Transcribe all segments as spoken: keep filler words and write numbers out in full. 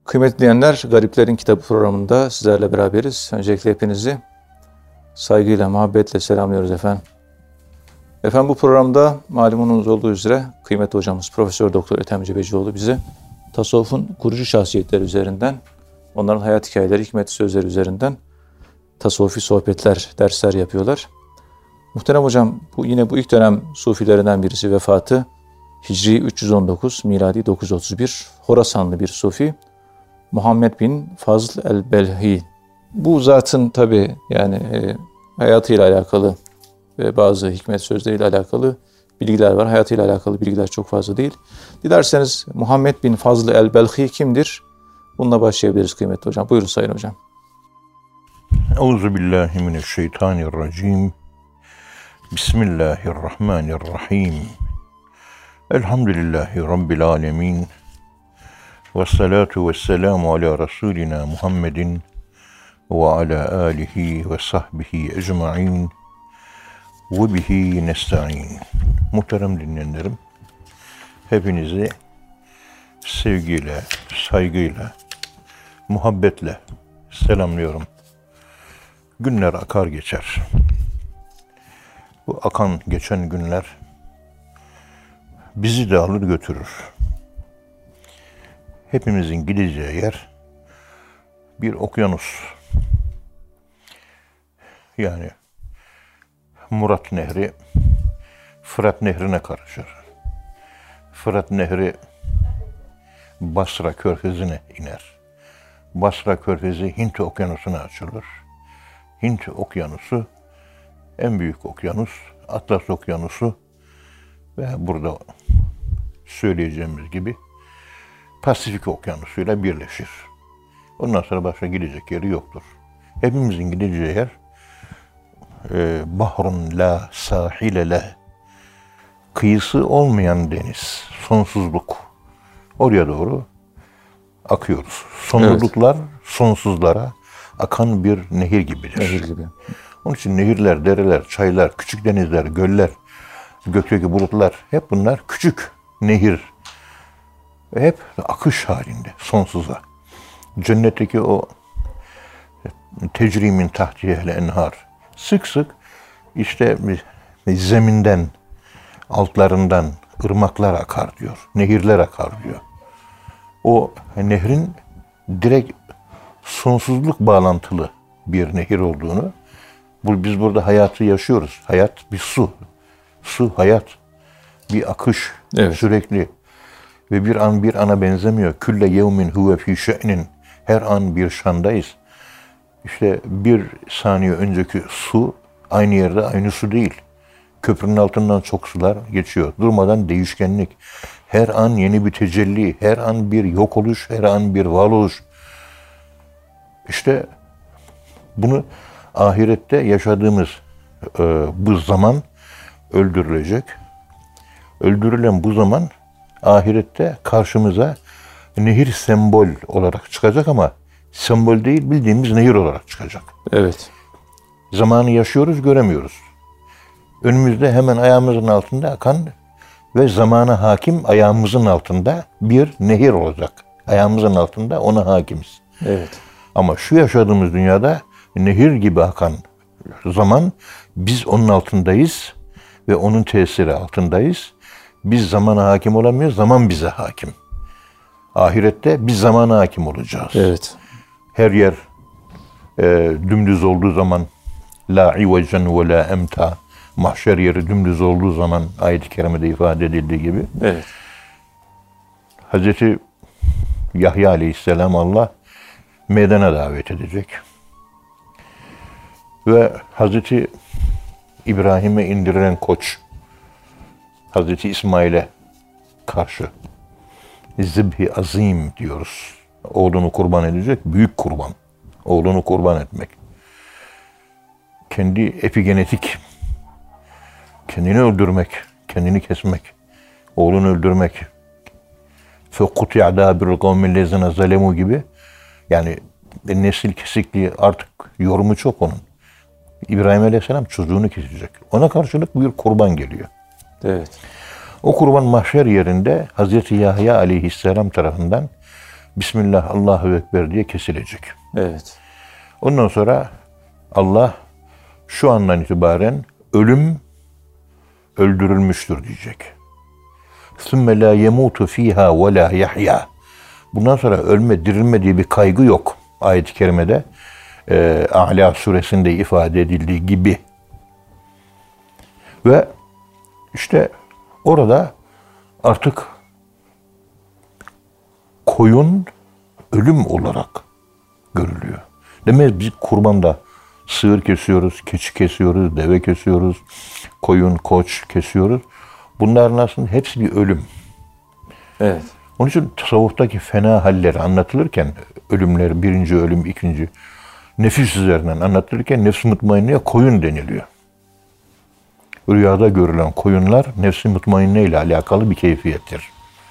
Kıymetli dinleyenler, Gariplerin Kitabı programında sizlerle beraberiz. Öncelikle hepinizi saygıyla, muhabbetle selamlıyoruz efendim. Efendim bu programda malumunuz olduğu üzere kıymetli hocamız Profesör Doktor Ethem Cebecioğlu bize tasavvufun kurucu şahsiyetleri üzerinden, onların hayat hikayeleri, hikmet sözleri üzerinden tasavvufi sohbetler, dersler yapıyorlar. Muhterem hocam, bu yine bu ilk dönem sufilerinden birisi, vefatı Hicri üç yüz on dokuz, miladi dokuz yüz otuz bir, Horasanlı bir sufi, Muhammed bin Fazl el-Belhi. Bu zatın tabi yani e, hayatıyla alakalı ve bazı hikmet sözleriyle alakalı bilgiler var. Hayatıyla alakalı bilgiler çok fazla değil. Dilerseniz Muhammed bin Fazl el-Belhi kimdir? Bununla başlayabiliriz kıymetli hocam. Buyurun sayın hocam. Euzubillahimineşşeytanirracim. Bismillahirrahmanirrahim. Elhamdülillahi Rabbil alemin. Vessalatu vesselamu ala Resulina Muhammedin ve ala alihi ve sahbihi ecma'in ve bihi nesta'in. Muhterem dinleyenlerim, hepinizi sevgiyle, saygıyla, muhabbetle selamlıyorum. Günler akar geçer. Bu akan geçen günler bizi de alır götürür. Hepimizin gideceği yer bir okyanus. Yani Murat Nehri Fırat Nehri'ne karışır. Fırat Nehri Basra Körfezi'ne iner. Basra Körfezi Hint Okyanusu'na açılır. Hint Okyanusu en büyük okyanus, Atlas Okyanusu ve burada söyleyeceğimiz gibi Pasifik Okyanusu'yla birleşir. Ondan sonra başka gidecek yeri yoktur. Hepimizin gideceği yer e, Bahrun la sahile le, kıyısı olmayan deniz, sonsuzluk. Oraya doğru akıyoruz. Sonsuzluklar evet. Sonsuzlara akan bir nehir gibidir. Nehir gibi. Onun için nehirler, dereler, çaylar, küçük denizler, göller, gökteki bulutlar hep bunlar küçük nehir. Hep akış halinde sonsuza. Cennetteki o tecrimin tahtiyehle enhar. Sık sık işte zeminden, altlarından ırmaklar akar diyor. Nehirler akar diyor. O nehrin direkt sonsuzluk bağlantılı bir nehir olduğunu, bu, biz burada hayatı yaşıyoruz. Hayat bir su. Su hayat. Bir akış. Evet. Sürekli. Ve bir an bir ana benzemiyor. Külle yevmin huve fî şe'nin. Her an bir şandayız. İşte bir saniye önceki su aynı yerde aynı su değil. Köprünün altından çok sular geçiyor. Durmadan değişkenlik. Her an yeni bir tecelli. Her an bir yok oluş. Her an bir var oluş. İşte bunu ahirette yaşadığımız e, bu zaman öldürülecek. Öldürülen bu zaman ahirette karşımıza nehir sembol olarak çıkacak ama sembol değil, bildiğimiz nehir olarak çıkacak. Evet. Zamanı yaşıyoruz, göremiyoruz. Önümüzde hemen ayağımızın altında akan ve zamana hakim ayağımızın altında bir nehir olacak. Ayağımızın altında ona hakimiz. Evet. Ama şu yaşadığımız dünyada nehir gibi akan zaman, biz onun altındayız ve onun tesiri altındayız. Biz zamana hakim olamıyoruz, zaman bize hakim. Ahirette biz zamana hakim olacağız. Evet. Her yer e, dümdüz olduğu zaman, la ivecen ve la emta, mahşer yeri dümdüz olduğu zaman ayet-i kerimede ifade edildiği gibi. Evet. Hazreti Yahya Aleyhisselam Allah meydana davet edecek. Ve Hazreti İbrahim'e indirilen koç, Hazreti İsmail'e karşı zibhi azim diyoruz. Oğlunu kurban edecek, büyük kurban. Oğlunu kurban etmek. Kendi epigenetik, kendini öldürmek, kendini kesmek, oğlunu öldürmek. فَقُطِعَ دَابِرُ قَوْمِ الَّذِينَ ظَلَمُوا gibi. Yani nesil kesikliği artık yorumu çok onun. İbrahim Aleyhisselam çocuğunu kesecek. Ona karşılık bir kurban geliyor. Evet. O kurban mahşer yerinde Hazreti Yahya Aleyhisselam tarafından Bismillah, Allahu Ekber diye kesilecek. Evet. Ondan sonra Allah şu andan itibaren ölüm öldürülmüştür diyecek. ثُمَّ لَا يَمُوتُ ف۪يهَا وَلَا يَحْيَا. Bundan sonra ölme, dirilme diye bir kaygı yok. Ayet-i kerimede e, A'la suresinde ifade edildiği gibi. Ve işte orada artık koyun ölüm olarak görülüyor. Demek biz kurbanda sığır kesiyoruz, keçi kesiyoruz, deve kesiyoruz, koyun, koç kesiyoruz. Bunların aslında hepsi bir ölüm. Evet. Onun için tasavvuftaki fena halleri anlatılırken, ölümler, birinci ölüm, ikinci, nefis üzerinden anlatılırken nefs-i mutmainneye koyun deniliyor. Rüyada görülen koyunlar nefs-i mutmainne ile alakalı bir keyfiyettir.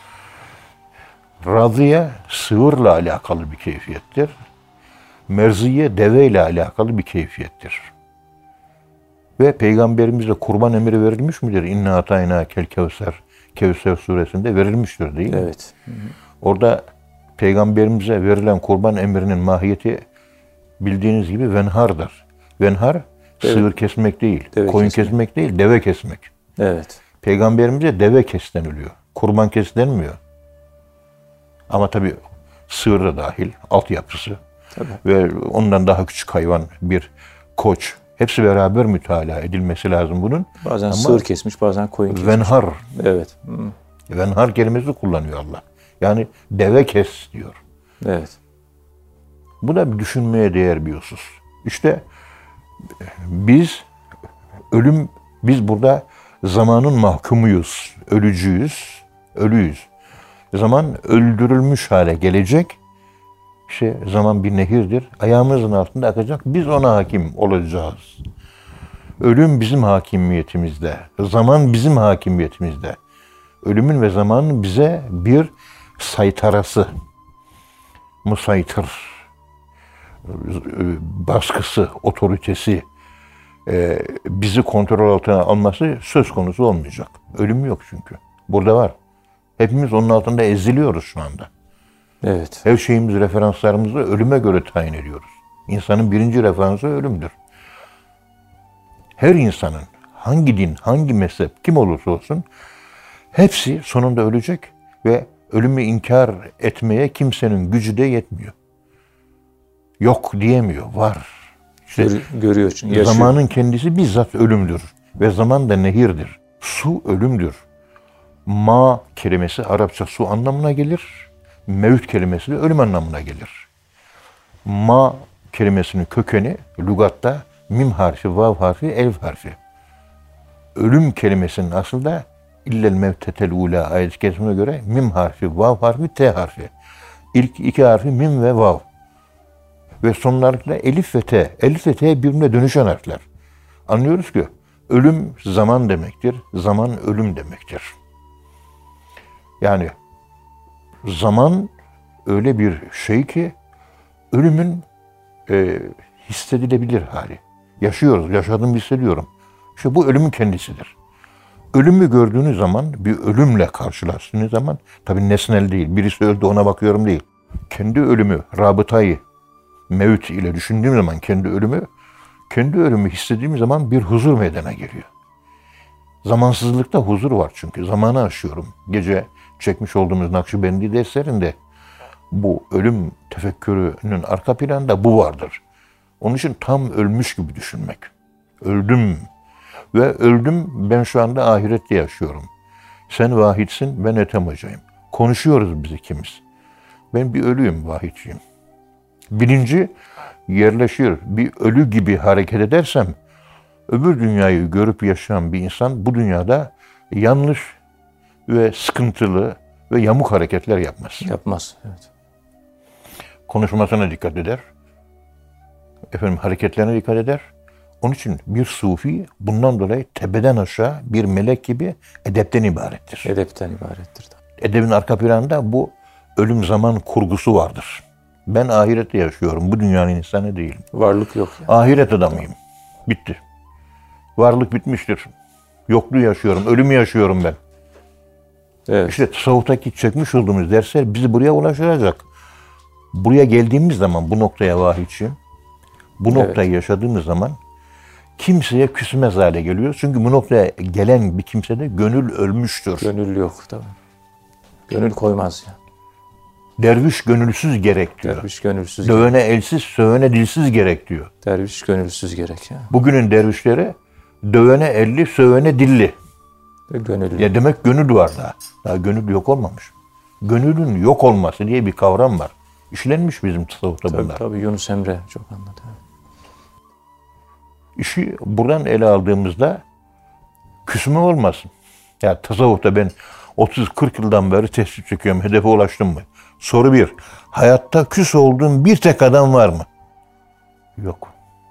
Razıye sığırla alakalı bir keyfiyettir. Merziye deve ile alakalı bir keyfiyettir. Ve Peygamberimize kurban emri verilmiş midir? İnna atayna kel kevser. Kevser suresinde verilmiştir değil mi? Evet. Hı hı. Orada Peygamberimize verilen kurban emrinin mahiyeti bildiğiniz gibi venhardır. Venhar Deve. Sığır kesmek değil, Deve koyun kesmek. kesmek değil, deve kesmek. Evet. Peygamberimize deve kes deniliyor. Kurban kes denmiyor. Ama tabii sığır da dahil, altyapısı Tabii. ve ondan daha küçük hayvan bir koç. Hepsi beraber mütalaa edilmesi lazım bunun. Bazen Ama sığır kesmiş, bazen koyun kesmiş. venhar, Evet. Hı. venhar kelimesi kullanıyor Allah. Yani deve kes diyor. Evet. Bu da bir düşünmeye değer bir husus. İşte biz ölüm, biz burada zamanın mahkumuyuz, ölücüyüz, ölüyüz. Zaman öldürülmüş hale gelecek. İşte zaman bir nehirdir. Ayağımızın altında akacak. Biz ona hakim olacağız. Ölüm bizim hakimiyetimizde. Zaman bizim hakimiyetimizde. Ölümün ve zamanın bize bir saytarası, musaytır, baskısı, otoritesi, e, bizi kontrol altına alması söz konusu olmayacak. Ölüm yok çünkü. Burada var. Hepimiz onun altında eziliyoruz şu anda. Evet. Her şeyimiz, referanslarımızı ölüme göre tayin ediyoruz. İnsanın birinci referansı ölümdür. Her insanın hangi din, hangi mezhep, kim olursa olsun hepsi sonunda ölecek ve ölümü inkar etmeye kimsenin gücü de yetmiyor. Yok diyemiyor, var. İşte Gör, görüyor çünkü. Yaşıyor. zamanın kendisi bizzat ölümdür ve zaman da nehirdir. Su ölümdür. Ma kelimesi Arapça su anlamına gelir. Mevt kelimesi de ölüm anlamına gelir. Ma kelimesinin kökeni lügatta mim harfi, vav harfi, elf harfi. Ölüm kelimesinin aslında illel mevtetel ula ayet-i kerimine göre mim harfi, vav harfi, t harfi. İlk iki harfi mim ve vav. Ve sonlarında elif ve t. Elif ve t birbirine dönüşen harfler. Anlıyoruz ki ölüm zaman demektir, zaman ölüm demektir. Yani zaman öyle bir şey ki ölümün e, hissedilebilir hali. Yaşıyoruz, yaşadığımı hissediyorum. İşte bu ölümün kendisidir. Ölümü gördüğünüz zaman, bir ölümle karşılaştığınız zaman, tabii nesnel değil, birisi öldü ona bakıyorum değil. Kendi ölümü, rabıtayı, mevt ile düşündüğüm zaman kendi ölümü, kendi ölümü hissettiğim zaman bir huzur meydana geliyor. Zamansızlıkta huzur var çünkü. Zamanı aşıyorum. Gece çekmiş olduğumuz Nakşibendi derslerinde bu ölüm tefekkürünün arka planında bu vardır. Onun için tam ölmüş gibi düşünmek. Öldüm ve öldüm, ben şu anda ahirette yaşıyorum. Sen vahidsin, ben Ethem Hoca'yım. Konuşuyoruz biz ikimiz. Ben bir ölüyüm, vahidciyim. Bilinci yerleşiyor. Bir ölü gibi hareket edersem, öbür dünyayı görüp yaşayan bir insan bu dünyada yanlış ve sıkıntılı ve yamuk hareketler yapmaz. Yapmaz. Evet. Konuşmasına dikkat eder. Efendim hareketlerine dikkat eder. Onun için bir sufi bundan dolayı tepeden aşağı bir melek gibi edepten ibarettir. Edepten ibarettir. Edebin arka planında bu ölüm zaman kurgusu vardır. Ben ahirette yaşıyorum. Bu dünyanın insanı değilim. Varlık yok. Yani. Ahiret adamıyım. Bitti. Varlık bitmiştir. Yokluğu yaşıyorum. Ölümü yaşıyorum ben. Evet. İşte tasavvuftaki çekmiş olduğumuz dersler bizi buraya ulaştıracak. Buraya geldiğimiz zaman bu noktaya vahiyçiyim. Bu Evet. noktayı yaşadığımız zaman kimseye küsmez hale geliyor. Çünkü bu noktaya gelen bir kimsede gönül ölmüştür. Gönül yok tabii. Gönül koymaz ya. Derviş gönülsüz gerek diyor. Derviş gönülsüz gerek. Dövene elsiz, sövene dilsiz gerek diyor. Derviş gönülsüz gerek ya. Bugünün dervişleri dövene elli, sövene dilli. Ve gönüllü. Ya demek gönül var daha. Daha gönül yok olmamış. Gönülün yok olması diye bir kavram var. İşlenmiş bizim tasavvufta Tabii, bunlar. tabii Yunus Emre çok anladı. İşi buradan ele aldığımızda küsme olmasın. Ya tasavvufta ben otuz kırk yıldan beri tespit çekiyorum. Hedefe ulaştım mı? Soru bir. Hayatta küs olduğun bir tek adam var mı? Yok.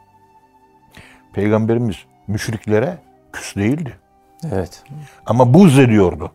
Peygamberimiz müşriklere küs değildi. Evet. Ama buğz ediyordu.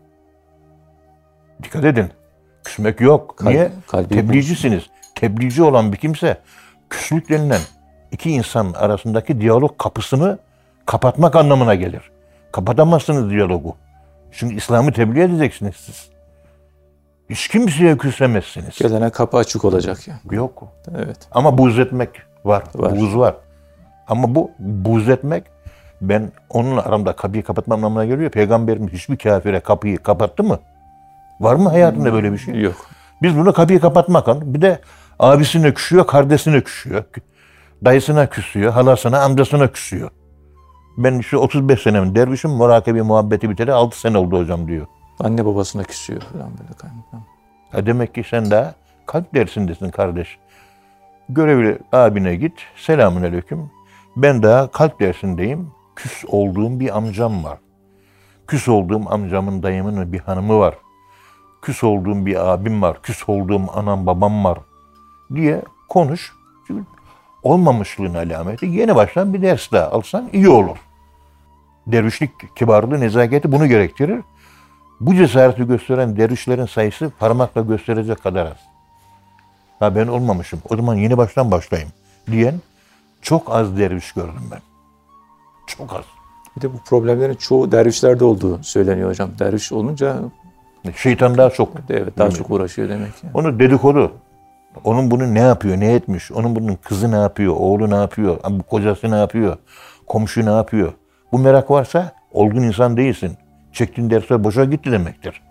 Dikkat edin. Küsmek yok. Kalp- Niye? kalbi Tebliğcisiniz. Tebliğci olan bir kimse küslük denilen iki insan arasındaki diyalog kapısını kapatmak anlamına gelir. Kapatamazsınız diyalogu. Çünkü İslam'ı tebliğ edeceksiniz siz. Hiç kimseye küsemezsiniz. Gelene kapı açık olacak ya. Yok. Evet. Ama buğz etmek var. Var. Buğz var. Ama bu buğz etmek ben onunla aramda kapıyı kapatmam anlamına geliyor. Peygamberimiz hiçbir kafire kapıyı kapattı mı? Var mı hayatında böyle bir şey? Yok. Biz bunu kapıyı kapatmak an. Bir de abisine küsüyor, kardeşine küsüyor. Dayısına küsüyor, halasına, amcasına küsüyor. Ben işte otuz beş senem dervişim, murakabe muhabbeti biteli altı sene oldu hocam diyor. Anne babasına küsüyor falan böyle kaymakam. Ha demek ki sen daha kalp dersindesin kardeş. Görevli abine git, selamun aleyküm. Ben daha kalp dersindeyim. Küs olduğum bir amcam var. Küs olduğum amcamın dayımın bir hanımı var. Küs olduğum bir abim var. Küs olduğum anam babam var diye konuş. Çünkü olmamışlığın alameti. Yeni baştan bir ders daha alsan iyi olur. Dervişlik kibarlığı, nezaketi bunu gerektirir. Bu cesareti gösteren dervişlerin sayısı parmakla gösterecek kadar az. Ha ben olmamışım. O zaman yeni baştan başlayayım diyen çok az derviş gördüm ben. Çok az. Bir de bu problemlerin çoğu dervişlerde olduğu söyleniyor hocam. Derviş olunca Şeytan daha çok. evet daha çok uğraşıyor demek ki. Onu dedikodu. Onun bunu ne yapıyor, ne etmiş? Onun bunun kızı ne yapıyor, oğlu ne yapıyor, bu kocası ne yapıyor, komşu ne yapıyor? Bu merak varsa olgun insan değilsin. Çektiğin dersler boşa gitti demektir.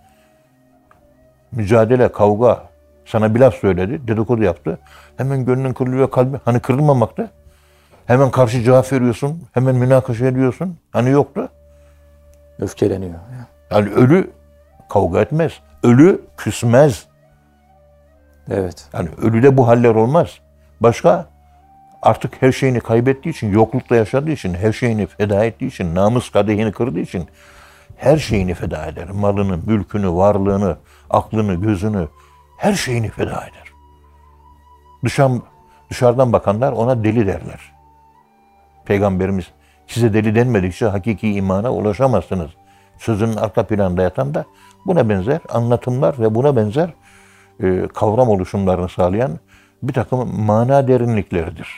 Mücadele, kavga, sana bir laf söyledi, dedikodu yaptı. Hemen gönlün kırılıyor, kalbi. Hani kırılmamakta. Hemen karşı cevap veriyorsun, hemen münakaşa ediyorsun. Hani yoktu. Öfkeleniyor. Yani ölü kavga etmez. Ölü küsmez. Evet. Yani ölüde bu haller olmaz. Başka artık her şeyini kaybettiği için, yoklukta yaşadığı için, her şeyini feda ettiği için, namus kadehini kırdığı için her şeyini feda eder. Malını, mülkünü, varlığını, aklını, gözünü, her şeyini feda eder. Dışarı, dışarıdan bakanlar ona deli derler. Peygamberimiz size deli denmedikçe hakiki imana ulaşamazsınız. Sözünün arka planda yatan da buna benzer anlatımlar ve buna benzer e, kavram oluşumlarını sağlayan bir takım mana derinlikleridir.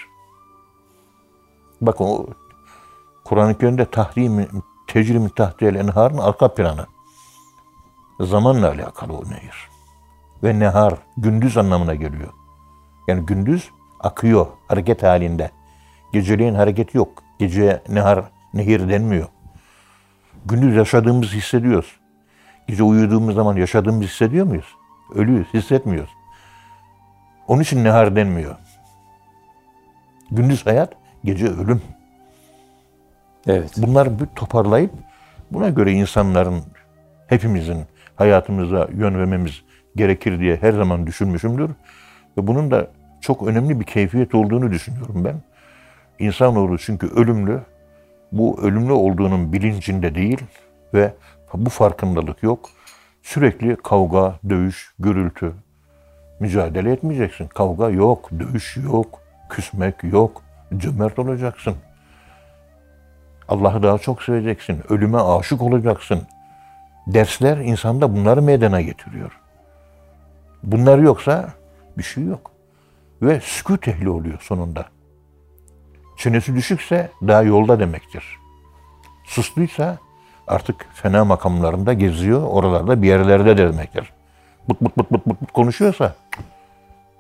Bakın o Kur'an-ı Kerim'de tahrim tecrim tahtiyel enharın arka planı. Zamanla alakalı o nehir. Ve nehar gündüz anlamına geliyor. Yani gündüz akıyor hareket halinde. Geceleyin hareketi yok. Gece nehar, nehir denmiyor. Gündüz yaşadığımızı hissediyoruz. Gece uyuduğumuz zaman yaşadığımızı hissediyor muyuz? Ölüyüz, hissetmiyoruz. Onun için nehar denmiyor. Gündüz hayat, gece ölüm. Evet. Bunları bir toparlayıp buna göre insanların, hepimizin hayatımıza yön vermemiz gerekir diye her zaman düşünmüşümdür. Ve bunun da çok önemli bir keyfiyet olduğunu düşünüyorum ben. İnsanoğlu çünkü ölümlü, bu ölümlü olduğunun bilincinde değil ve bu farkındalık yok. Sürekli kavga, dövüş, gürültü, mücadele etmeyeceksin. Kavga yok, dövüş yok, küsmek yok, cömert olacaksın. Allah'ı daha çok seveceksin, ölüme aşık olacaksın. Dersler insanda bunları meydana getiriyor. Bunlar yoksa bir şey yok. Ve sükût ehli oluyor sonunda. Çenesi düşükse daha yolda demektir. Susluysa artık fena makamlarında geziyor, oralarda bir yerlerde de demektir. Bıt bıt bıt bıt bıt konuşuyorsa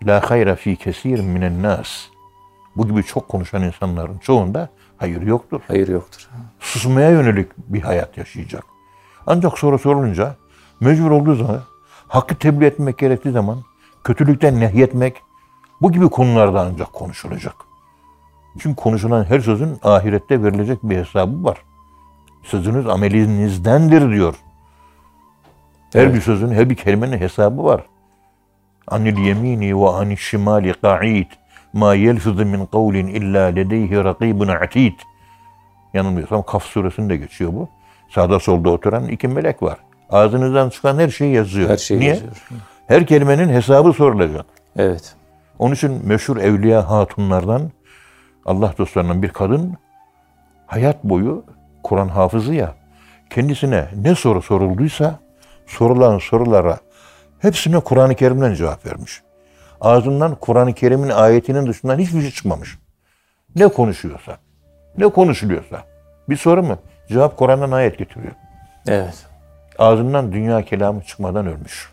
La hayra fi kesir minen nas. Bu gibi çok konuşan insanların çoğunda hayır yoktur. Hayır yoktur. Susmaya yönelik bir hayat yaşayacak. Ancak soru sorulunca mecbur olduğu zaman, hakkı tebliğ etmek gerektiği zaman, kötülükten nehyetmek, bu gibi konularda ancak konuşulacak. Çünkü konuşulan her sözün ahirette verilecek bir hesabı var. Sözünüz amelinizdendir diyor. Her Evet. bir sözün, her bir kelimenin hesabı var. Anil yemini ve anil şimali qa'id. Ma yelfizu min kavlin illa ledeyhi rakibun atid. Yanılmıyorsam Kaf suresinde geçiyor bu. Sağda solda oturan iki melek var. Ağzınızdan çıkan her şeyi yazıyor. Her şey Niye? yazıyor. Her kelimenin hesabı sorulacak. Evet. Onun için meşhur evliya hatunlardan, Allah dostlarından bir kadın hayat boyu Kur'an hafızı ya, kendisine ne soru sorulduysa sorulan sorulara hepsine Kur'an-ı Kerim'den cevap vermiş. Ağzından Kur'an-ı Kerim'in ayetinin dışından hiçbir şey çıkmamış. Ne konuşuyorsa, ne konuşuluyorsa. Bir soru mu? Cevap Kur'an'dan ayet getiriyor. Evet. Ağzından dünya kelamı çıkmadan ölmüş.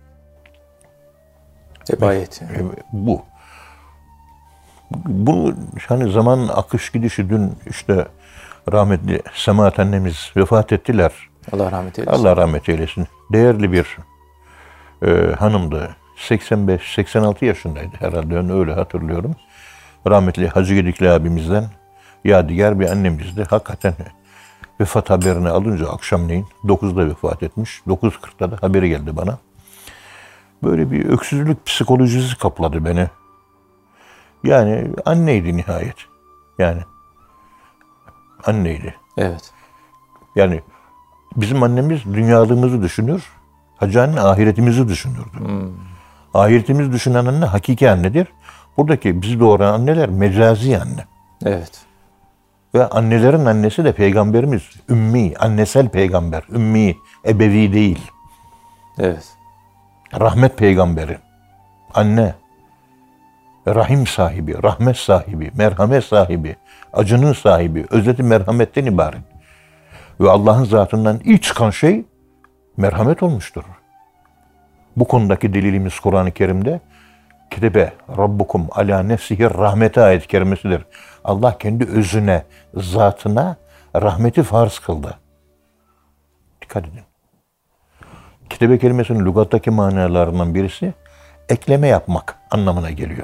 Hep ayet. E, Bu. Bu hani zaman akış gidişi, dün işte rahmetli Semahat annemiz vefat ettiler. Allah rahmet eylesin. Allah rahmet eylesin. Değerli bir e, hanımdı. seksen beş seksen altı yaşındaydı herhalde, ben öyle hatırlıyorum. Rahmetli Hacı Gedikli abimizden yadigar bir annemizdi. Hakikaten vefat haberini alınca akşamleyin dokuzda vefat etmiş. dokuz kırkta da haberi geldi bana. Böyle bir öksüzlük psikolojisi kapladı beni. Yani anneydi nihayet. Yani anneydi. Evet. Yani bizim annemiz dünyalığımızı düşünür. Hacı anne ahiretimizi düşünürdü. Hmm. Ahiretimizi düşünen anne hakiki annedir. Buradaki bizi doğuran anneler mecazi anne. Evet. Ve annelerin annesi de peygamberimiz. Ümmi, annesel peygamber. Ümmi, ebevi değil. Evet. Rahmet peygamberi. Anne. Rahim sahibi, rahmet sahibi, merhamet sahibi, acının sahibi, özeti merhametten ibaret. Ve Allah'ın zatından ilk çıkan şey merhamet olmuştur. Bu konudaki delilimiz Kur'an-ı Kerim'de Ketebe Rabbukum ala nefsihi rahmete ayet-i kerimesidir. Allah kendi özüne, zatına rahmeti farz kıldı. Dikkat edin. Ketebe kelimesinin lügattaki manalarından birisi ekleme yapmak anlamına geliyor.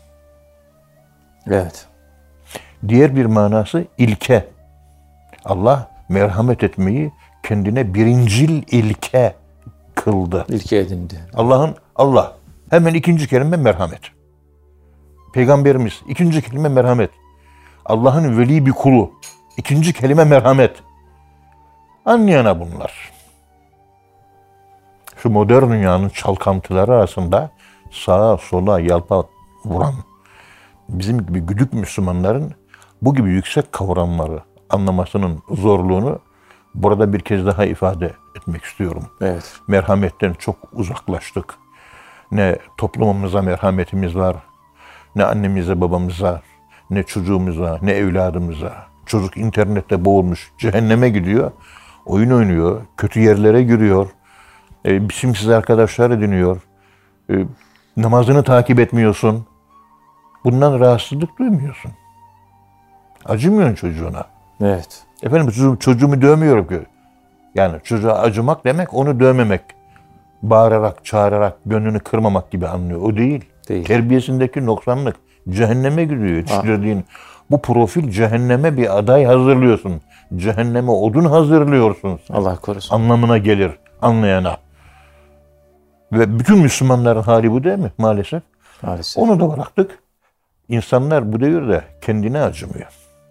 Evet. Diğer bir manası ilke. Allah merhamet etmeyi kendine birincil ilke kıldı. İlke edindi. Allah'ın Allah. Hemen ikinci kelime merhamet. Peygamberimiz ikinci kelime merhamet. Allah'ın veli bir kulu. İkinci kelime merhamet. Anlayana bunlar. Şu modern dünyanın çalkantıları arasında sağa sola yalpa vuran bizim gibi güdük Müslümanların bu gibi yüksek kavramları anlamasının zorluğunu burada bir kez daha ifade etmek istiyorum. Evet. Merhametten çok uzaklaştık. Ne toplumumuza merhametimiz var, ne annemize, babamıza, ne çocuğumuza, ne evladımıza. Çocuk internette boğulmuş, cehenneme gidiyor, oyun oynuyor, kötü yerlere giriyor, e, biçimsiz arkadaşlar ediniyor, e, namazını takip etmiyorsun. Bundan rahatsızlık duymuyorsun. Acımıyorsun çocuğuna. Evet. Efendim çocuğum, çocuğumu dövmüyorum ki. Yani çocuğa acımak demek onu dövmemek. Bağırarak, çağırarak, gönlünü kırmamak gibi anlıyor. O değil. Değil. Terbiyesindeki noksanlık. Cehenneme gidiyor yetiştirdiğin. Bu profil cehenneme bir aday hazırlıyorsun. Cehenneme odun hazırlıyorsun. Allah korusun. Anlamına gelir anlayana. Ve bütün Müslümanların hali bu değil mi maalesef? Maalesef. Onu da bıraktık. İnsanlar bu devirde kendine acımıyor.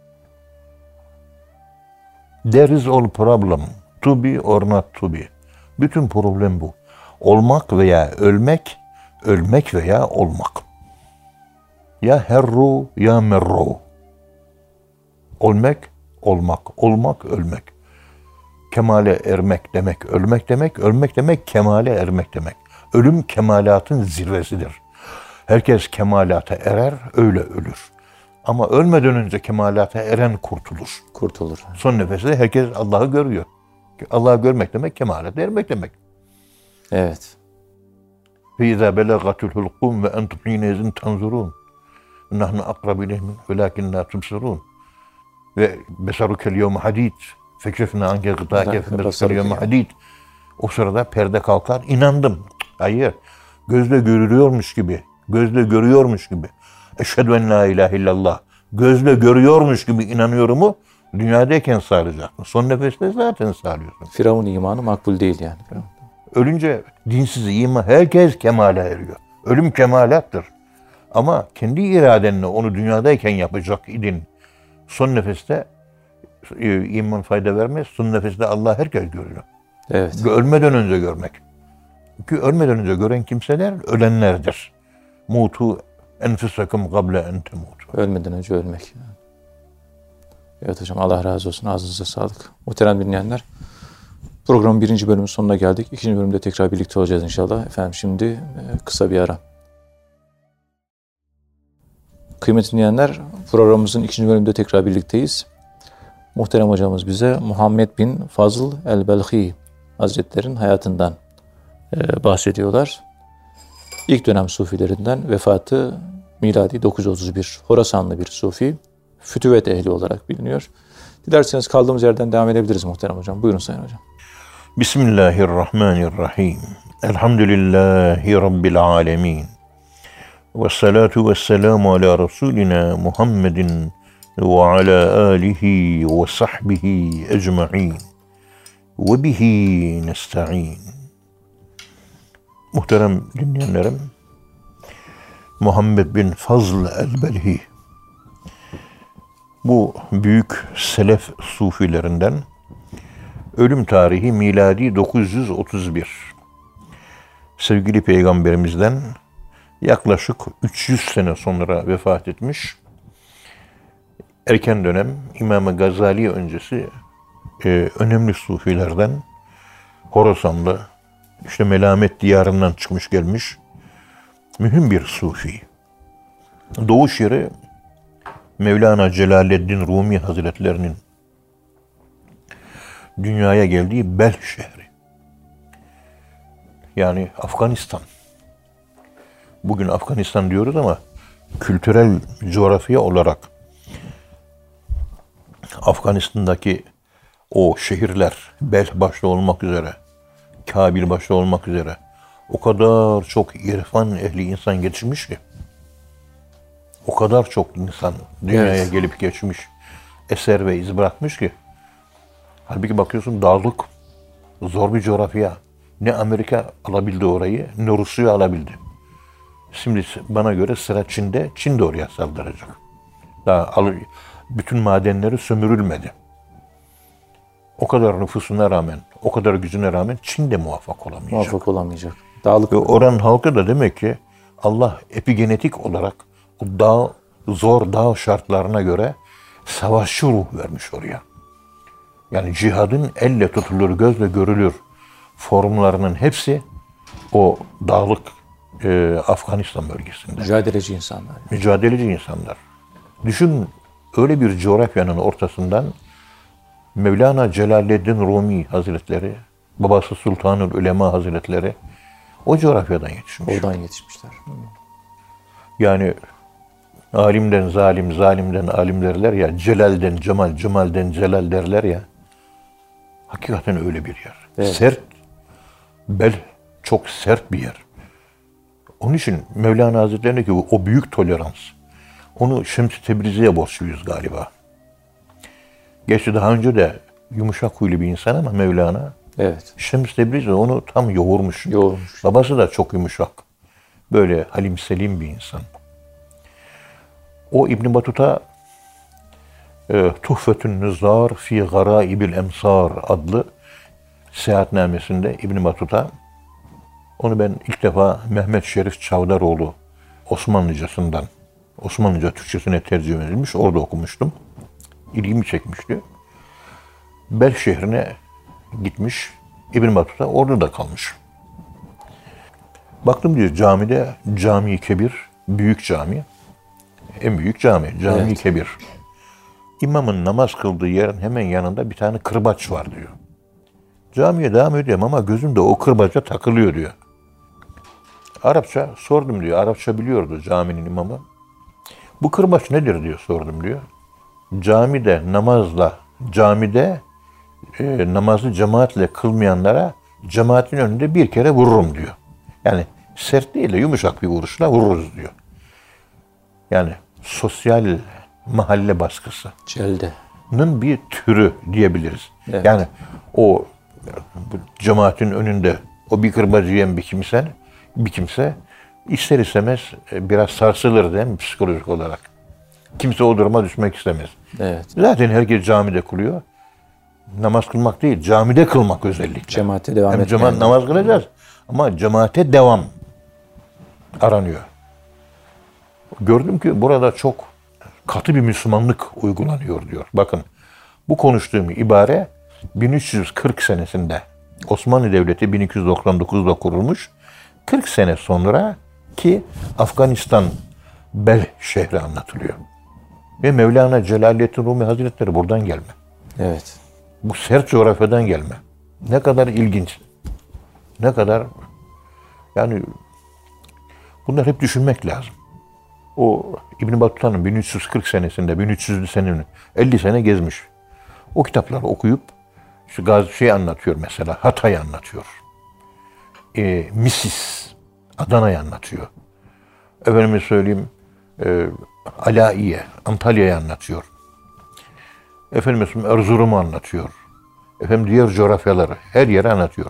There is all problem. To be or not to be. Bütün problem bu. Olmak veya ölmek, ölmek veya olmak. Ya herru ya merru. Olmak, olmak, olmak, ölmek. Kemale ermek demek, ölmek demek, ölmek demek, kemale ermek demek. Ölüm kemalatın zirvesidir. Herkes kemalata erer, öyle ölür. Ama ölmeden önce kemalata eren kurtulur. Kurtulur. Son nefeste herkes Allah'ı görüyor. Allah'ı görmek demek kemalata ermek demek. Evet. فَاِذَا بَلَغَتُ الْحُلْقُمْ وَاَنْتُمْ حِينَئِذٍ تَنْظُرُونَ نَحْنُ أَقْرَبُ اِلَيْهِ وَلَكِنْ لَا تُبْصِرُونَ Ve besarukel yevme hadid. Fekşefne anke gıdâke besarukel yevme hadid. O sırada perde kalkar. İnandım. Hayır. Gözle görülüyormuş gibi. Gözle görüyormuş gibi. Eşhedü en la ilahe illallah. Gözle görüyormuş gibi inanıyorumu dünyadayken sağlayacaksın. Son nefeste zaten sağlıyorsun. Firavun imanı makbul değil yani. Ölünce dinsiz iman herkes kemale eriyor. Ölüm kemalattır. Ama kendi iradenle onu dünyadayken yapacak idin. Son nefeste e, iman fayda vermez. Son nefeste Allah herkes görüyor. Evet. Ölmeden önce görmek. Çünkü ölmeden önce gören kimseler ölenlerdir. Mutu enfusakum gable en temutu. Ölmeden önce ölmek. Evet hocam, Allah razı olsun. Ağzınıza sağlık. Muhterem dinleyenler, programın birinci bölümünün sonuna geldik. İkinci bölümde tekrar birlikte olacağız inşallah. Efendim şimdi e, kısa bir ara. Kıymetli dinleyenler, programımızın ikinci bölümünde tekrar birlikteyiz. Muhterem hocamız bize Muhammed bin Fazıl el-Belhi Hazretleri'nin hayatından e, bahsediyorlar. İlk dönem sufilerinden, vefatı miladi dokuz yüz otuz bir, Horasanlı bir sufi, fütüvet ehli olarak biliniyor. Dilerseniz kaldığımız yerden devam edebiliriz muhterem hocam. Buyurun sayın hocam. Bismillahirrahmanirrahim. Elhamdülillahi Rabbil alemin. Ve salatu ve selamu ala Resulina Muhammedin ve ala alihi ve sahbihi ecma'in. Ve bihi nesta'in. Muhterem dinleyenlerim, Muhammed bin Fazıl el-Belhi, bu büyük selef sufilerinden, ölüm tarihi miladi dokuz yüz otuz bir. Sevgili Peygamberimizden yaklaşık üç yüz sene sonra vefat etmiş. Erken dönem İmam-ı Gazali öncesi e, önemli sufilerden, Horasanlı, işte Melamet diyarından çıkmış gelmiş mühim bir sufi. Doğuş yeri Mevlana Celaleddin Rumi Hazretlerinin dünyaya geldiği Belh şehri. Yani Afganistan. Bugün Afganistan diyoruz ama kültürel coğrafya olarak Afganistan'daki o şehirler, Belh başta olmak üzere, Kabil başta olmak üzere o kadar çok irfan ehli insan geçmiş ki, o kadar çok insan dünyaya evet. gelip geçmiş, eser ve iz bırakmış ki, halbuki bakıyorsun dağlık, zor bir coğrafya. Ne Amerika alabildi orayı, ne Rusya alabildi. Şimdi bana göre sıra Çin'de, Çin de oraya saldıracak. Daha bütün madenleri sömürülmedi. O kadar nüfusuna rağmen, o kadar gücüne rağmen Çin de muvaffak olamayacak. Muvaffak olamayacak. Dağlık. Ve oranın halkı da demek ki Allah epigenetik olarak o dağ, zor dağ şartlarına göre savaşçı ruh vermiş oraya. Yani cihadın elle tutulur, gözle görülür formlarının hepsi o dağlık e, Afganistan bölgesinde. Mücadeleci insanlar. Mücadeleci insanlar. Düşün, öyle bir coğrafyanın ortasından Mevlana Celaleddin Rumi Hazretleri, babası Sultanül Ulema Hazretleri o coğrafyadan yetişmiş. Oradan yetişmişler. Yani alimden zalim, zalimden alim derler ya, celalden cemal, cemalden celal derler ya. Hakikaten öyle bir yer. Evet. Sert, bel çok sert bir yer. Onun için Mevlana Hazretleri'ndeki o büyük tolerans, onu Şems-i Tebrizi'ye borçluyuz galiba. Gerçi daha önce de yumuşak huylu bir insan ama Mevlana, evet. Şems-i Tebrizi onu tam yoğurmuş. Yoğurmuş. Babası da çok yumuşak. Böyle halim selim bir insan. O İbn Battuta e, Tuhfetün Nüzzar fi Garaibil Emsar adlı seyahatnamesinde İbn Battuta, onu ben ilk defa Mehmet Şerif Çavdaroğlu Osmanlıcasından, Osmanlıca Türkçesine tercüme edilmiş, orada okumuştum. İlgimi çekmişti. Belh şehrine gitmiş, İbn Battuta orada da kalmış. Baktım diyor camide, Cami-i Kebir, büyük cami, en büyük cami, Cami-i evet. Kebir. İmamın namaz kıldığı yerin hemen yanında bir tane kırbaç var diyor. Camiye devam ediyorum ama gözüm de o kırbaca takılıyor diyor. Arapça sordum diyor. Arapça biliyordu caminin imamı. Bu kırbaç nedir diyor sordum diyor. Camide namazla, camide e, namazı cemaatle kılmayanlara cemaatin önünde bir kere vururum diyor. Yani sert değil de yumuşak bir vuruşla vururuz diyor. Yani sosyal mahalle baskısı. Celde'nin bir türü diyebiliriz. Evet. Yani o bu cemaatin önünde o bir kırbacı yiyen bir kimse, bir kimse ister istemez biraz sarsılır değil mi psikolojik olarak? Kimse o duruma düşmek istemez. Evet. Zaten herkes camide kılıyor. Namaz kılmak değil, camide kılmak özellikle. Cemaate devam Hem etmeyen. cemaat namaz kılacağız ama cemaate devam aranıyor. Gördüm ki burada çok katı bir Müslümanlık uygulanıyor diyor. Bakın bu konuştuğum ibare bin üç yüz kırk senesinde Osmanlı Devleti bin iki yüz doksan dokuzda kurulmuş. kırk sene sonra ki Afganistan Bel şehri anlatılıyor. Ve Mevlana Celaleddin Rumi Hazretleri buradan gelme. Evet. Bu sert coğrafyadan gelme. Ne kadar ilginç. Ne kadar yani bunlar hep düşünmek lazım. O İbn Battuta'nın bin üç yüz kırk senesinde, bin üç yüzlü senenin elli sene gezmiş. O kitapları okuyup işte Gazi şey anlatıyor mesela, Hatay'ı anlatıyor. E, Misis, Adana'yı anlatıyor. Efendime söyleyeyim, e, Alaiye, Antalya'yı anlatıyor. Efendim söyleyeyim, Erzurum'u anlatıyor. Efendim diğer coğrafyaları, her yeri anlatıyor.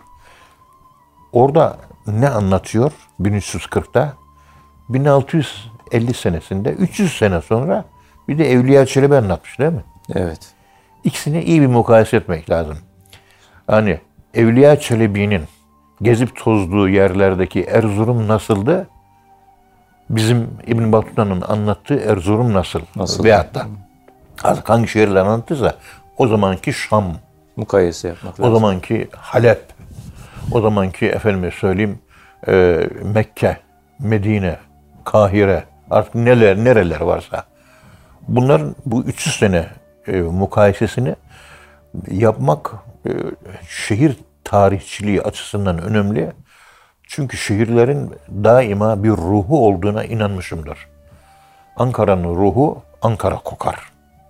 Orada ne anlatıyor bin üç yüz kırkta? bin altı yüz elli senesinde, üç yüz sene sonra bir de Evliya Çelebi anlatmış değil mi? Evet. İkisini iyi bir mukayese etmek lazım. Hani Evliya Çelebi'nin gezip tozduğu yerlerdeki Erzurum nasıldı? Bizim İbn Battuta'nın anlattığı Erzurum nasıl? Nasıl? Veyahut da artık hangi şehirler anlattıysa o zamanki Şam, Mukayese yapmak lazım. o zamanki Halep, o zamanki efendime söyleyeyim e, Mekke, Medine, Kahire, artık neler nereler varsa bunların bu üç yüz sene e, mukayesesini yapmak e, şehir tarihçiliği açısından önemli. Çünkü şehirlerin daima bir ruhu olduğuna inanmışımdır. Ankara'nın ruhu Ankara kokar.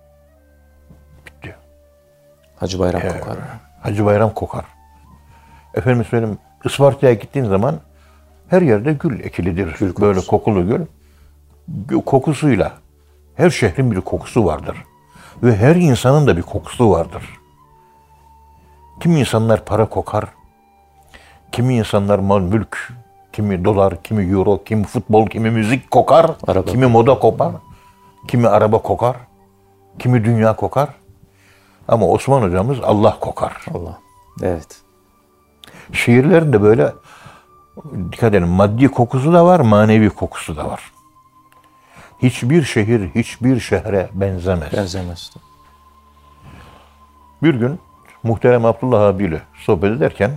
Bitti. Hacı Bayram Ee, kokar. Hacı Bayram kokar. Efendim söyleyeyim, Isparta'ya gittiğin zaman her yerde gül ekilidir. Gül kokusu. Böyle kokulu gül. Gül kokusuyla. Her şehrin bir kokusu vardır. Ve her insanın da bir kokusu vardır. Kimi insanlar para kokar. Kimi insanlar mal mülk. Kimi dolar, kimi euro, kimi futbol, kimi müzik kokar. Araba. Kimi moda kokar. Kimi araba kokar. Kimi dünya kokar. Ama Osman hocamız Allah kokar. Allah. Evet. Şiirlerin de böyle dikkat edin, maddi kokusu da var, manevi kokusu da var. Hiçbir şehir hiçbir şehre benzemez. Benzemez. Bir gün muhterem Abdullah abiyle sohbet ederken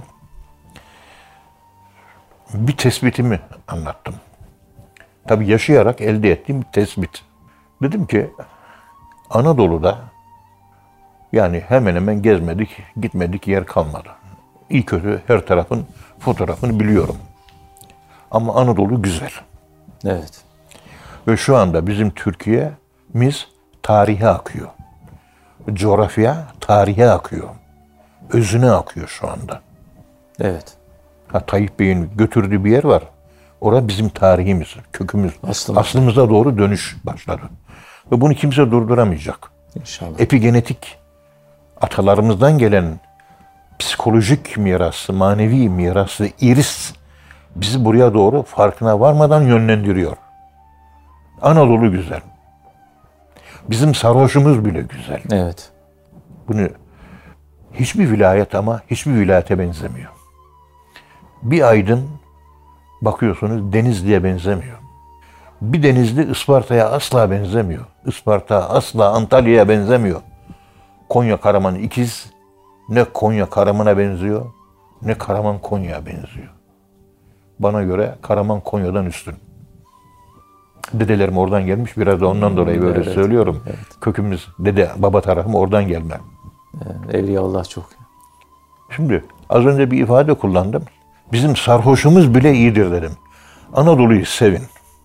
bir tespitimi anlattım. Tabii yaşayarak elde ettiğim bir tespit. Dedim ki Anadolu'da yani hemen hemen gezmedik, gitmedik yer kalmadı. İyi kötü her tarafın fotoğrafını biliyorum. Ama Anadolu güzel. Evet. Ve şu anda bizim Türkiye'miz tarihe akıyor. Coğrafya tarihe akıyor. Özüne akıyor şu anda. Evet. Ha, Tayyip Bey'in götürdüğü bir yer var. Orada bizim tarihimiz, kökümüz. Aslımız. Aslımıza doğru dönüş başladı. Ve bunu kimse durduramayacak. İnşallah. Epigenetik, atalarımızdan gelen psikolojik mirası, manevi mirası, iris bizi buraya doğru farkına varmadan yönlendiriyor. Anadolu güzel. Bizim sarhoşumuz bile güzel. Evet. Bunu hiçbir vilayet ama hiçbir vilayete benzemiyor. Bir Aydın bakıyorsunuz Denizli'ye benzemiyor. Bir Denizli Isparta'ya asla benzemiyor. Isparta asla Antalya'ya benzemiyor. Konya Karaman ikiz. Ne Konya Karaman'a benziyor, ne Karaman Konya'ya benziyor. Bana göre Karaman Konya'dan üstün. Dedelerim oradan gelmiş, biraz da ondan dolayı böyle Evet, söylüyorum. evet. Kökümüz, dede, baba tarafım oradan gelme. Yani Evliya Allah çok. Şimdi az önce bir ifade kullandım. Bizim sarhoşumuz bile iyidir dedim. Anadolu'yu sevin.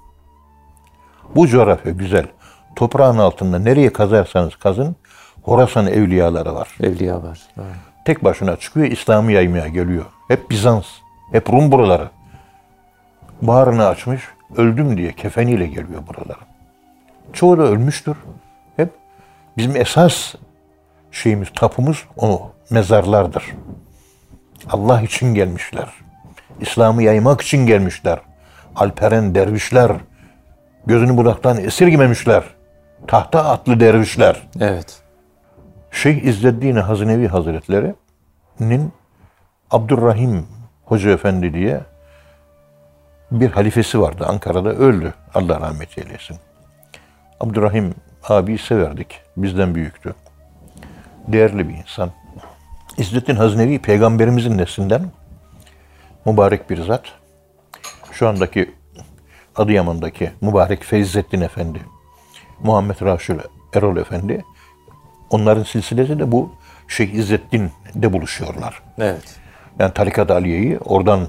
Bu coğrafya güzel. Toprağın altında nereye kazarsanız kazın, Horasan evliyaları var. Evliya var. Evet. Tek başına çıkıyor, İslam'ı yaymaya geliyor. Hep Bizans, hep Rum buraları. Bağrını açmış, öldüm diye kefeniyle geliyor buralara. Çoğu da ölmüştür. Hep bizim esas şeyimiz, tapumuz o mezarlardır. Allah için gelmişler. İslam'ı yaymak için gelmişler. Alperen dervişler, gözünü budaktan esirgememişler. Tahta atlı dervişler. Evet. Şeyh İzzeddin Haznevi Hazretleri'nin Abdurrahim Hoca Efendi diye bir halifesi vardı. Ankara'da öldü. Allah rahmet eylesin. Abdurrahim abiyi severdik. Bizden büyüktü. Değerli bir insan. İzzeddin Haznevi peygamberimizin neslinden mübarek bir zat. Şu andaki Adıyaman'daki mübarek Feyzettin Efendi, Muhammed Raşid Erol Efendi, onların silsilesi de bu Şeyh İzzettin'de buluşuyorlar. Evet. Yani Tarikat Aliye'yi oradan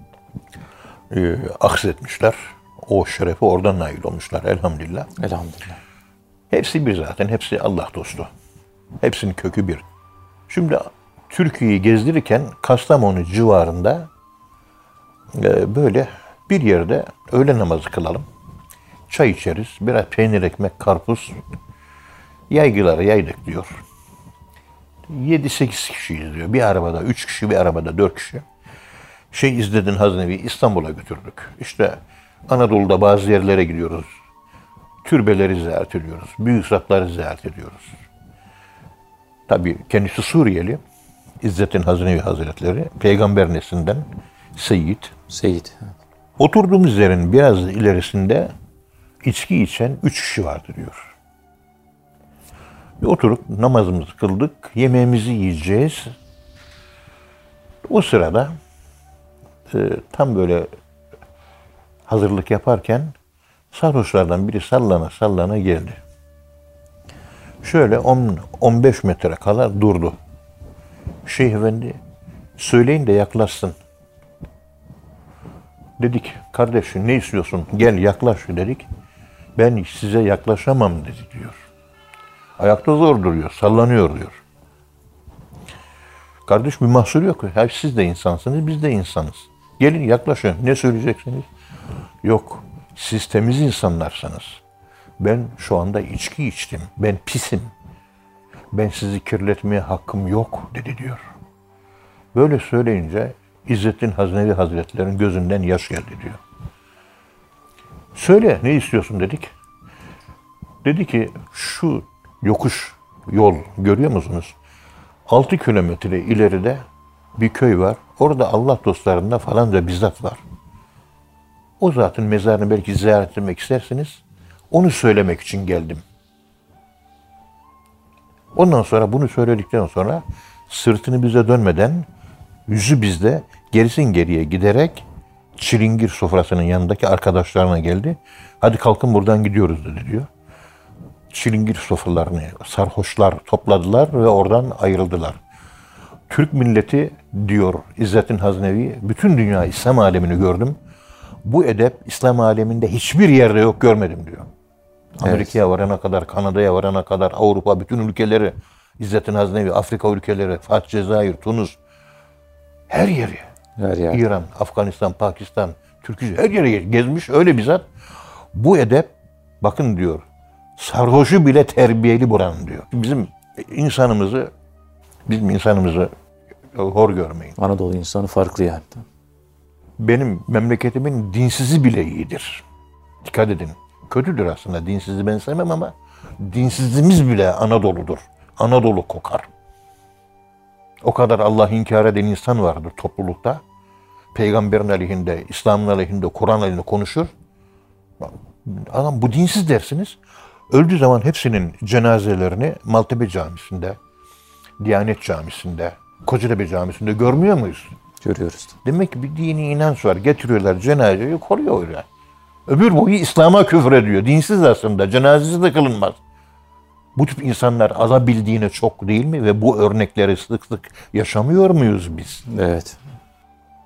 e, aksetmişler. O şerefe oradan nail olmuşlar elhamdülillah. Elhamdülillah. Hepsi bir zaten, hepsi Allah dostu. Hepsinin kökü bir. Şimdi Türkiye'yi gezdirirken Kastamonu civarında e, böyle bir yerde öğle namazı kılalım. Çay içeriz, biraz peynir, ekmek, karpuz. Yaygıları yaydık diyor. yedi sekiz kişiyiz diyor. Bir arabada üç kişi, bir arabada dört kişi. Şey İzzeddin Haznevi İstanbul'a götürdük. İşte Anadolu'da bazı yerlere gidiyoruz. Türbeleri ziyaret ediyoruz. Büyük zatları ziyaret ediyoruz. Tabii kendisi Suriyeli. İzzettin Haznevi Hazretleri. Peygamber neslinden Seyyid. Seyyid. Oturduğumuz yerin biraz ilerisinde içki içen üç kişi vardı diyor. Bir oturup namazımızı kıldık. Yemeğimizi yiyeceğiz. O sırada e, tam böyle hazırlık yaparken sarhoşlardan biri sallana sallana geldi. Şöyle on on beş metre kala durdu. Şeyh Efendi söyleyin de yaklaşsın. Dedik kardeşim ne istiyorsun? Gel yaklaş dedik. Ben size yaklaşamam dedi diyor. Ayakta zor duruyor, sallanıyor diyor. Kardeş bir mahsur yok. Hep siz de insansınız, biz de insanız. Gelin yaklaşın. Ne söyleyeceksiniz? Yok. Siz temiz insanlarsınız. Ben şu anda içki içtim. Ben pisim. Ben sizi kirletmeye hakkım yok dedi diyor. Böyle söyleyince İzzettin Haznevi Hazretleri'nin gözünden yaş geldi diyor. Söyle ne istiyorsun dedik. Dedi ki şu yokuş yol görüyor musunuz? altı kilometre ileride bir köy var. Orada Allah dostlarında falanca bir zat var. O zatın mezarını belki ziyaret etmek isterseniz onu söylemek için geldim. Ondan sonra bunu söyledikten sonra sırtını bize dönmeden yüzü bizde gerisin geriye giderek çilingir sofrasının yanındaki arkadaşlarına geldi. Hadi kalkın buradan gidiyoruz dedi diyor. Çilingir sofralarını sarhoşlar topladılar ve oradan ayrıldılar. Türk milleti diyor İzzettin Haznevi, bütün dünya İslam alemini gördüm. Bu edep İslam aleminde hiçbir yerde yok görmedim diyor. Amerika'ya varana kadar, Kanada'ya varana kadar, Avrupa bütün ülkeleri, İzzettin Haznevi, Afrika ülkeleri, Fas, Cezayir, Tunus, her yeri. Her yer. İran, Afganistan, Pakistan, Türkiye her yere gezmiş öyle bir zat. Bu edep bakın diyor sarhoşu bile terbiyeli buranın diyor. Bizim insanımızı bizim insanımızı hor görmeyin. Anadolu insanı farklı yani. Benim memleketimin dinsizi bile iyidir. Dikkat edin. Kötüdür aslında dinsizi ben sevmem ama dinsizimiz bile Anadolu'dur. Anadolu kokar. O kadar Allah inkar eden insan vardır toplulukta. Peygamberin aleyhinde, İslam'ın aleyhinde, Kur'an aleyhinde konuşur. Adam bu dinsiz dersiniz. Öldüğü zaman hepsinin cenazelerini Maltepe Camisi'nde, Diyanet Camisi'nde, Kocatepe Camisi'nde görmüyor muyuz? Görüyoruz. Demek ki bir dini inanç var. Getiriyorlar cenazeyi, koruyorlar. Öbür boyu İslam'a küfür ediyor. Dinsiz aslında. Cenazesi de kılınmaz. Bu tip insanlar alabildiğine çok değil mi? Ve bu örnekleri sık sık yaşamıyor muyuz biz? Evet.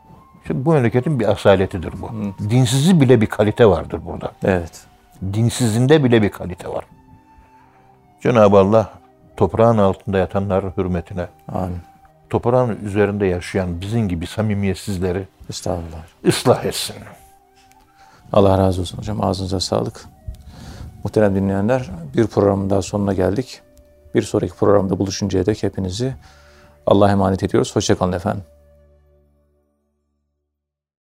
İşte bu memleketin bir asaletidir bu. Hı. Dinsizi bile bir kalite vardır burada. Evet. Dinsizinde bile bir kalite var. Cenab-ı Allah toprağın altında yatanların hürmetine, amin, toprağın üzerinde yaşayan bizim gibi samimiyetsizleri estağfurullah, ıslah etsin. Allah razı olsun hocam. Ağzınıza sağlık. Muhterem dinleyenler, bir programın daha sonuna geldik. Bir sonraki programda buluşuncaya dek hepinizi Allah'a emanet ediyoruz. Hoşça kalın efendim.